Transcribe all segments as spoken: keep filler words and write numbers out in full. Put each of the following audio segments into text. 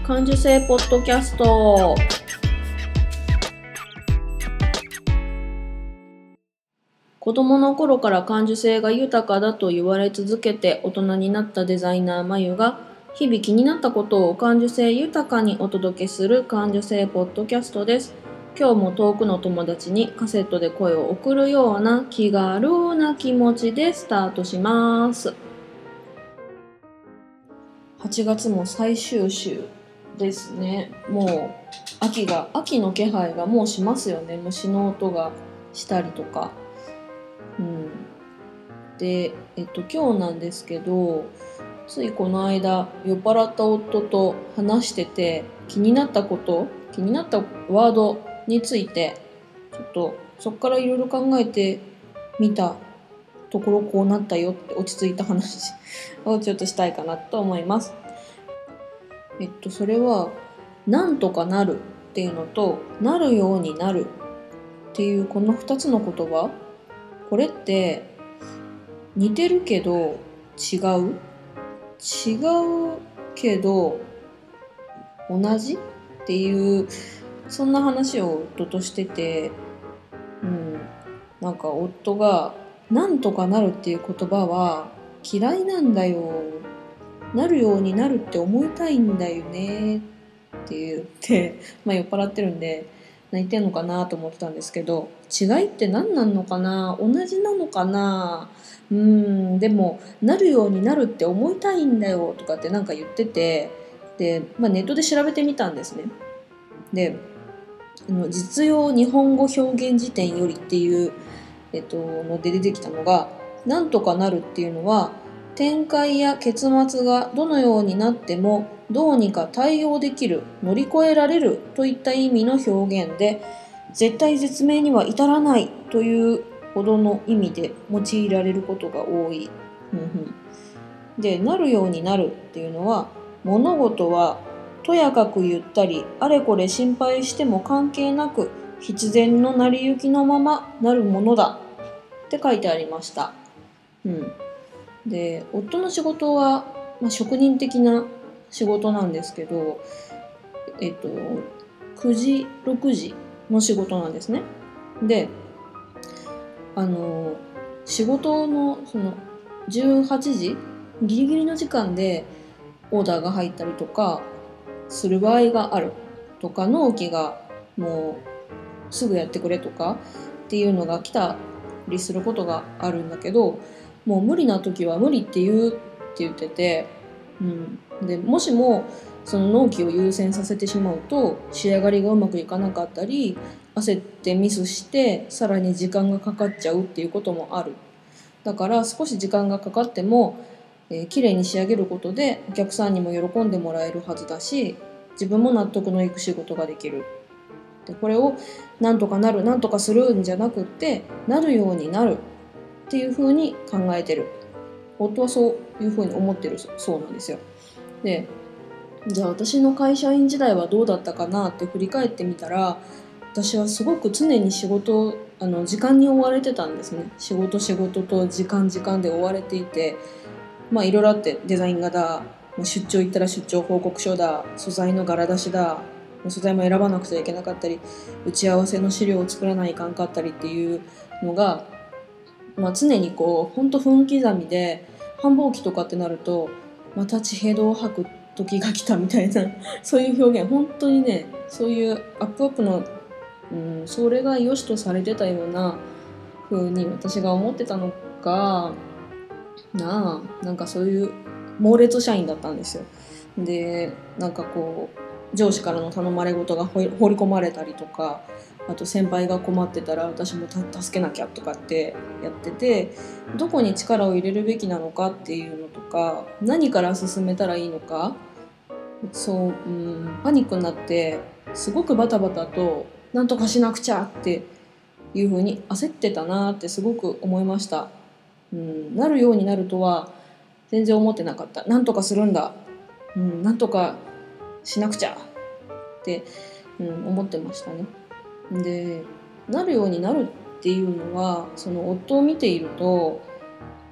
感受性ポッドキャスト。子供の頃から感受性が豊かだと言われ続けて大人になったデザイナーまゆが日々気になったことを感受性豊かにお届けする感受性ポッドキャストです。今日も遠くの友達にカセットで声を送るような気軽な気持ちでスタートします。はちがつも最終週ですね。もう秋が秋の気配がもうしますよね。虫の音がしたりとか、うん、で、えっと今日なんですけど、ついこの間酔っ払った夫と話してて気になったこと気になったワードについてちょっとそこからいろいろ考えてみたところこうなったよって落ち着いた話をちょっとしたいかなと思います。えっとそれはなんとかなるっていうのとなるようになるっていうこのふたつの言葉、これって似てるけど違う違うけど同じっていうそんな話を夫としてて、うん、なんか夫がなんとかなるっていう言葉は嫌いなんだよ、なるようになるって思いたいんだよねって言って、まあ酔っ払ってるんで泣いてんのかなと思ってたんですけど、違いって何なのかな、同じなのかな、うーんでもなるようになるって思いたいんだよとかってなんか言ってて、で、まあ、ネットで調べてみたんですね。で、あの実用日本語表現辞典よりっていう、えっと、ので出てきたのが、なんとかなるっていうのは展開や結末がどのようになってもどうにか対応できる、乗り越えられるといった意味の表現で、絶対絶命には至らないというほどの意味で用いられることが多い。で、なるようになるっていうのは、物事はとやかく言ったりあれこれ心配しても関係なく必然の成り行きのままなるものだって書いてありました。うん、で、夫の仕事は、まあ、職人的な仕事なんですけど、えっとくじろくじの仕事なんですね。で、あの仕事のそのじゅうはちじギリギリの時間でオーダーが入ったりとかする場合があるとか、納期がもうすぐやってくれとかっていうのが来たりすることがあるんだけど、もう無理な時は無理って言うって言ってて、うん、でもしもその納期を優先させてしまうと仕上がりがうまくいかなかったり、焦ってミスしてさらに時間がかかっちゃうっていうこともある。だから少し時間がかかっても、えー、綺麗に仕上げることでお客さんにも喜んでもらえるはずだし、自分も納得のいく仕事ができる。で、これをなんとかなるなんとかするんじゃなくって、なるようになるっていう風に考えてる。夫はそういう風に思ってるそうなんですよ。で、じゃあ私の会社員時代はどうだったかなって振り返ってみたら、私はすごく常に仕事あの時間に追われてたんですね。仕事仕事と時間時間で追われていて、まあいろいろあって、デザイン画だ、出張行ったら出張報告書だ、素材の柄出しだ、素材も選ばなくちゃいけなかったり、打ち合わせの資料を作らないかんかったりっていうのが、まあ、常にこうほんと分刻みで、繁忙期とかってなるとまた地平道を吐く時が来たみたいなそういう表現、本当にね、そういうアップアップの、うん、それが良しとされてたような風に私が思ってたのかなあ。なんかそういう猛烈社員だったんですよ。で、なんかこう上司からの頼まれ事が放り込まれたりとか、あと先輩が困ってたら私も助けなきゃとかってやってて、どこに力を入れるべきなのかっていうのとか、何から進めたらいいのか、そう、うん、パニックになってすごくバタバタとなんとかしなくちゃっていう風に焦ってたなってすごく思いました。うん、なるようになるとは全然思ってなかった。なんとかするんだ、うん、なんとかしなくちゃって、うん、思ってましたね。で、なるようになるっていうのは、その夫を見ていると、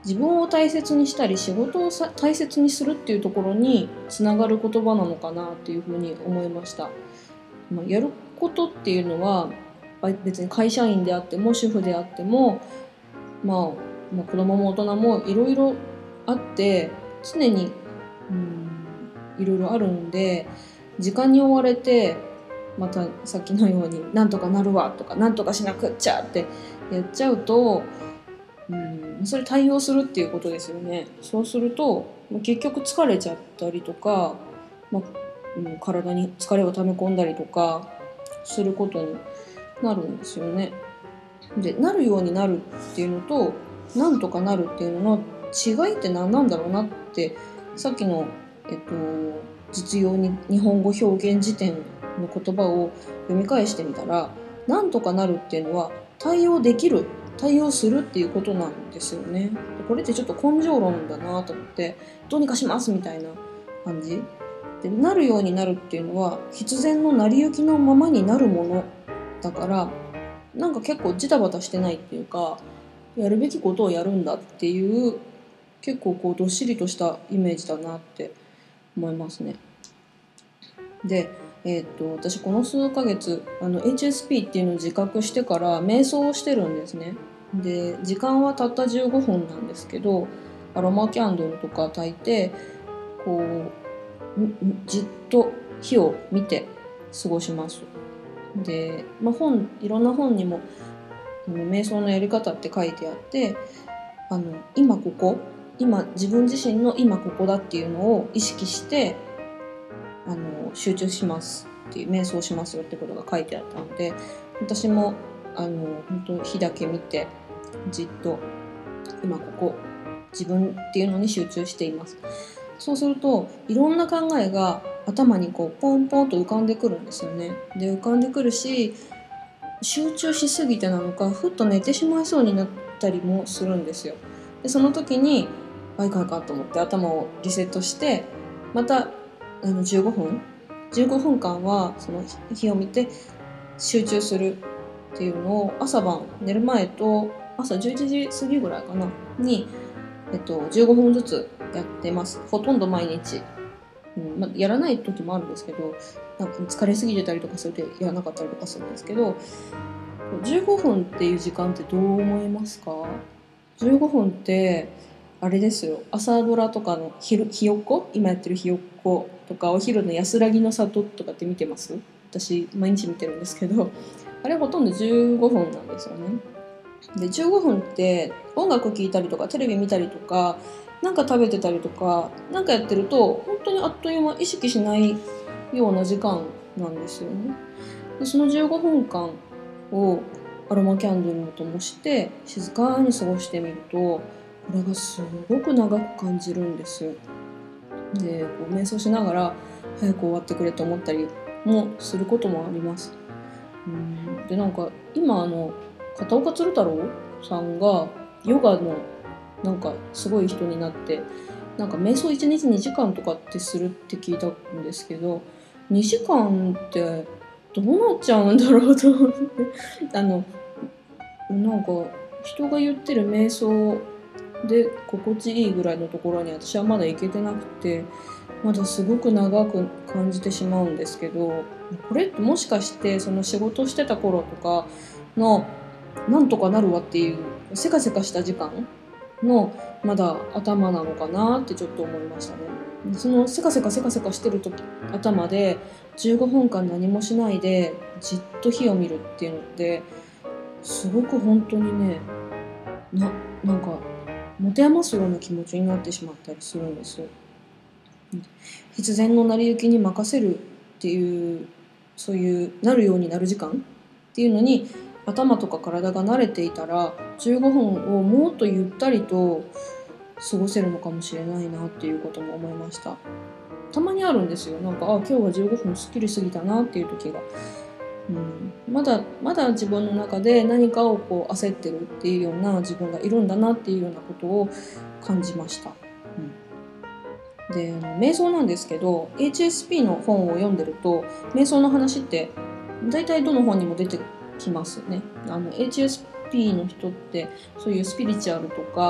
自分を大切にしたり仕事をさ大切にするっていうところにつながる言葉なのかなっていうふうに思いました。まあ、やることっていうのは別に会社員であっても主婦であっても、まあ、まあ子供も大人もいろいろあって常にいろいろあるんで、時間に追われてまたさっきのようになんとかなるわとかなんとかしなくっちゃってやっちゃうと、うんそれ対応するっていうことですよね。そうすると結局疲れちゃったりとか、まあうん、体に疲れを溜め込んだりとかすることになるんですよね。で、なるようになるっていうのとなんとかなるっていうのの違いって何なんだろうなって、さっきの、えっと、実用に日本語表現辞典の言葉を読み返してみたら、なんとかなるっていうのは対応できる、対応するっていうことなんですよね。これってちょっと根性論だなと思って、どうにかしますみたいな感じで、なるようになるっていうのは必然の成り行きのままになるものだから、なんか結構ジタバタしてないっていうか、やるべきことをやるんだっていう結構こうどっしりとしたイメージだなって思いますね。で、えー、と私この数ヶ月あの エイチエスピー っていうのを自覚してから瞑想をしてるんですね。で、時間はたったじゅうごふんなんですけど、アロマキャンドルとか焚いてこうじっと火を見て過ごします。で、まあ、本いろんな本にも瞑想のやり方って書いてあって、あの今ここ今自分自身の今ここだっていうのを意識してあの集中しますっていう瞑想しますよってことが書いてあったので、私もあの本当火だけ見てじっと今ここ自分っていうのに集中しています。そうするといろんな考えが頭にこうポンポンと浮かんでくるんですよね。で浮かんでくるし、集中しすぎてなのかふっと寝てしまいそうになったりもするんですよ。でその時にあいかんかと思って頭をリセットしてまたあのじゅうごふんじゅうごふんかんはその日を見て集中するっていうのを朝晩寝る前と朝じゅういちじ過ぎぐらいかなに、えっと、じゅうごふんずつやってます。ほとんど毎日、うんまあ、やらない時もあるんですけど、なんか疲れすぎてたりとかするとやらなかったりとかするんですけど、じゅうごふんっていう時間ってどう思いますか？じゅうごふんってあれですよ、朝ドラとかのひひよっこ今やってるひよっことかお昼の安らぎの里とかって見てます？私毎日見てるんですけど、あれほとんどじゅうごふんなんですよね。でじゅうごふんって音楽聴いたりとかテレビ見たりとかなんか食べてたりとかなんかやってると本当にあっという間、意識しないような時間なんですよね。でそのじゅうごふんかんをアロマキャンドルを灯して静かに過ごしてみると、これがすごく長く感じるんですよ。でこう瞑想しながら早く終わってくれと思ったりもすることもあります。うんでなんか今あの片岡鶴太郎さんがヨガのなんかすごい人になってなんか瞑想いちにちにじかんとかってするって聞いたんですけど、にじかんってどうなっちゃうんだろうと思ってあのなんか人が言ってる瞑想で心地いいぐらいのところに私はまだ行けてなくて、まだすごく長く感じてしまうんですけど、これってもしかしてその仕事してた頃とかのなんとかなるわっていうせかせかした時間のまだ頭なのかなってちょっと思いましたね。そのせかせかせかせかしてる時頭でじゅうごふんかん何もしないでじっと火を見るっていうのってすごく本当にね、な、なんか持て余すような気持ちになってしまったりするんですよ。必然の成り行きに任せるっていうそういうなるようになる時間っていうのに頭とか体が慣れていたらじゅうごふんをもっとゆったりと過ごせるのかもしれないなっていうことも思いました。たまにあるんですよ。なんかあ今日はじゅうごふんすっきり過ぎたなっていう時が、うん、まだまだ自分の中で何かをこう焦ってるっていうような自分がいるんだなっていうようなことを感じました。うん、で瞑想なんですけど エイチエスピー の本を読んでると瞑想の話って大体どの本にも出てきますね。あの エイチエスピー の人ってそういうスピリチュアルとか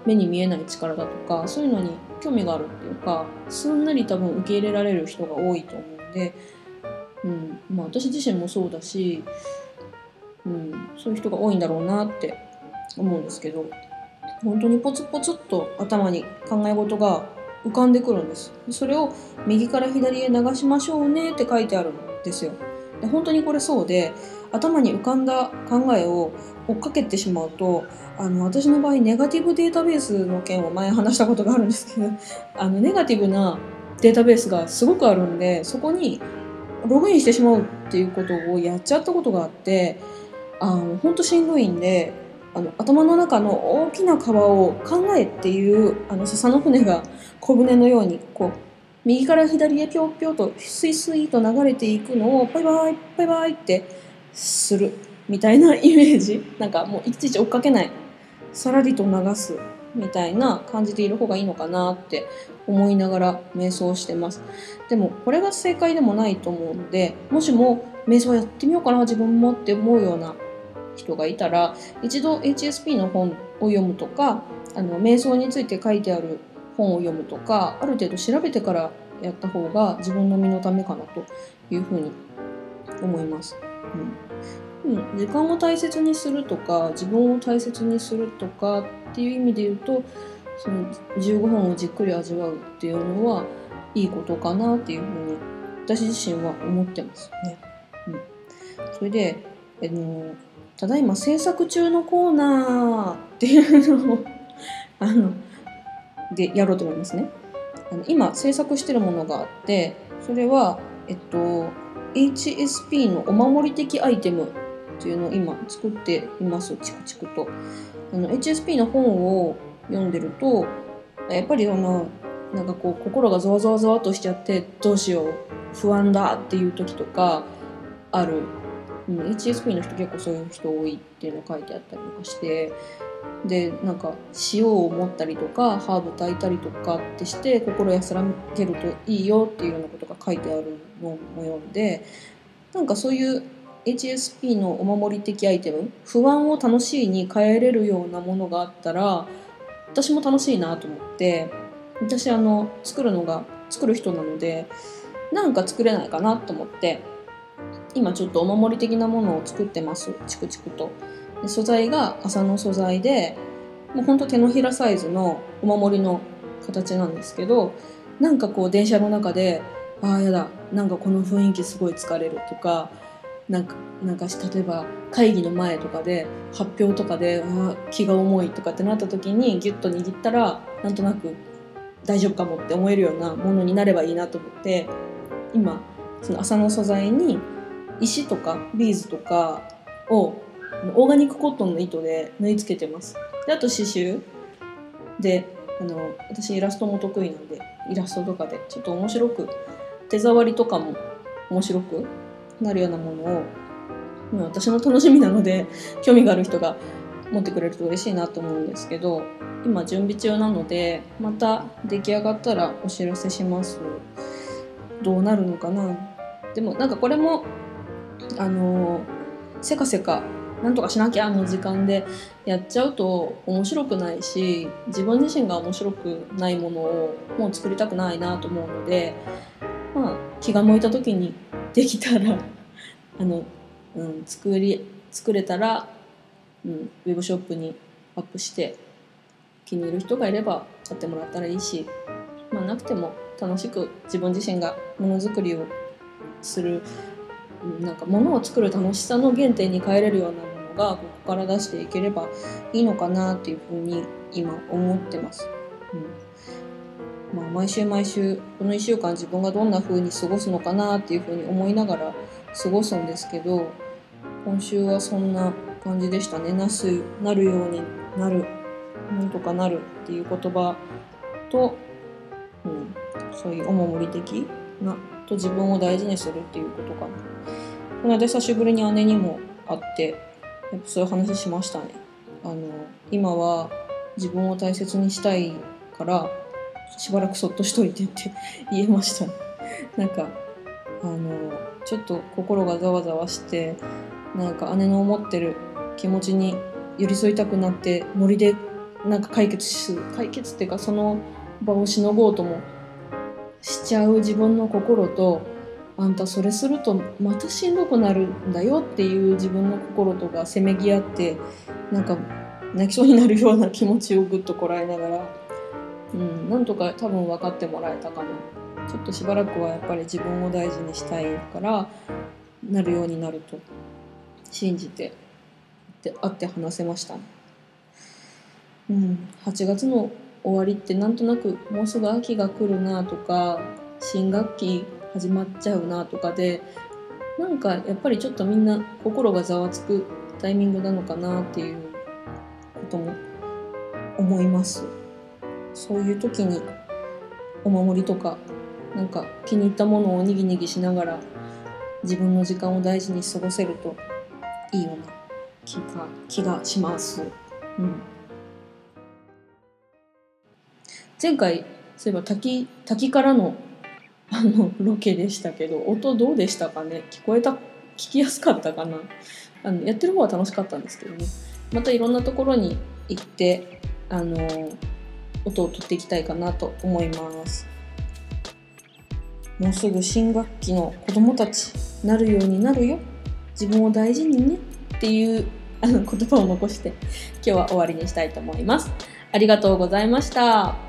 目に見えない力だとか、そういうのに興味があるっていうか、すんなり多分受け入れられる人が多いと思うんで、うんまあ、私自身もそうだし、うん、そういう人が多いんだろうなって思うんですけど、本当にポツポツっと頭に考え事が浮かんでくるんです。それを右から左へ流しましょうねって書いてあるんですよ。で本当にこれそうで、頭に浮かんだ考えを追っかけてしまうと、あの私の場合ネガティブデータベースの件を前話したことがあるんですけど、あのネガティブなデータベースがすごくあるんで、そこにログインしてしまうっていうことをやっちゃったことがあって、あの本当しんどいんで、あの頭の中の大きな川を考えっていうあの笹の船が小舟のようにこう右から左へぴょぴょとスイスイと流れていくのをバイバイバイバイってするみたいなイメージ、なんかもういちいち追っかけない、さらりと流すみたいな感じでいる方がいいのかなって思いながら瞑想してます。でもこれが正解でもないと思うので、もしも瞑想やってみようかな自分もって思うような人がいたら、一度 エイチエスピー の本を読むとか、あの瞑想について書いてある本を読むとか、ある程度調べてからやった方が自分の身のためかなというふうに思います。うんうん、時間を大切にするとか自分を大切にするとかっていう意味で言うと、そのじゅうごふんをじっくり味わうっていうのはいいことかなっていうふうに私自身は思ってますね。うん、それで、あのただいま制作中のコーナーっていうのをあのでやろうと思いますね。あの今制作してるものがあって、それはえっと エイチエスピー のお守り的アイテムっていうのを今作っています。チクチクとあの エイチエスピー の本を読んでると、やっぱりあのなんかこう心がゾワゾワゾワとしちゃって、どうしよう不安だっていう時とかある。うん、エイチエスピー の人結構そういう人多いっていうの書いてあったりとかして、でなんか塩を持ったりとかハーブ炊いたりとかってして心安らげるといいよっていうようなことが書いてあるのも読んで、なんかそういう エイチエスピー のお守り的アイテム、不安を楽しいに変えれるようなものがあったら私も楽しいなと思って、私あの作るのが作る人なので、なんか作れないかなと思って今ちょっとお守り的なものを作ってます。チクチクと。で素材が麻の素材で、もうほんと手のひらサイズのお守りの形なんですけど、なんかこう電車の中でああやだ、なんかこの雰囲気すごい疲れるとか、なんかなんか例えば会議の前とかで発表とかであ気が重いとかってなった時にギュッと握ったらなんとなく大丈夫かもって思えるようなものになればいいなと思って、今その麻の素材に石とかビーズとかをオーガニックコットンの糸で縫い付けてます。であと刺繍で、あの私イラストも得意なんでイラストとかでちょっと面白く、手触りとかも面白くなるようなものを、私の楽しみなので興味がある人が持ってくれると嬉しいなと思うんですけど、今準備中なのでまた出来上がったらお知らせします。どうなるのかな。でもなんかこれもあのせかせかなんとかしなきゃの時間でやっちゃうと面白くないし、自分自身が面白くないものをもう作りたくないなと思うので、まあ気が向いた時にできたらあの、うん、作り作れたら、うん、ウェブショップにアップして気に入る人がいれば買ってもらったらいいし、まあ、なくても楽しく自分自身がものづくりをする、なんか物を作る楽しさの原点に変えれるようなものがここから出していければいいのかなっていうふうに今思ってます。うんまあ、毎週毎週このいっしゅうかん自分がどんな風に過ごすのかなっていうふうに思いながら過ごすんですけど、今週はそんな感じでしたね。なすなるようになる、なんとかなるっていう言葉と、うん、そういうお守り的なと自分を大事にするっていうことかな。この間久しぶりに姉にも会ってやっぱそういう話しましたね。あの今は自分を大切にしたいからしばらくそっとしといてって言えましたね。なんかあのちょっと心がざわざわして、なんか姉の思ってる気持ちに寄り添いたくなってノリでなんか解決し解決っていうかその場をしのごうともしちゃう自分の心と、あんたそれするとまたしんどくなるんだよっていう自分の心とがせめぎ合って、なんか泣きそうになるような気持ちをぐっとこらえながら、うん、なんとか多分分かってもらえたかな。ちょっとしばらくはやっぱり自分を大事にしたいからなるようになると信じて会って話せましたね。うん、はちがつの終わりってなんとなくもうすぐ秋が来るなとか新学期始まっちゃうなとかで、なんかやっぱりちょっとみんな心がざわつくタイミングなのかなっていうことも思います。そういう時にお守りとかなんか気に入ったものをにぎにぎしながら自分の時間を大事に過ごせるといいような気が、気がします。うん、前回そういえば滝、滝からのあのロケでしたけど、音どうでしたかね。聞こえた、聞きやすかったかな。あのやってる方は楽しかったんですけどね。またいろんなところに行ってあの音を取っていきたいかなと思います。もうすぐ新学期の子どもたちなるようになるよ、自分を大事にねっていうあの言葉を残して今日は終わりにしたいと思います。ありがとうございました。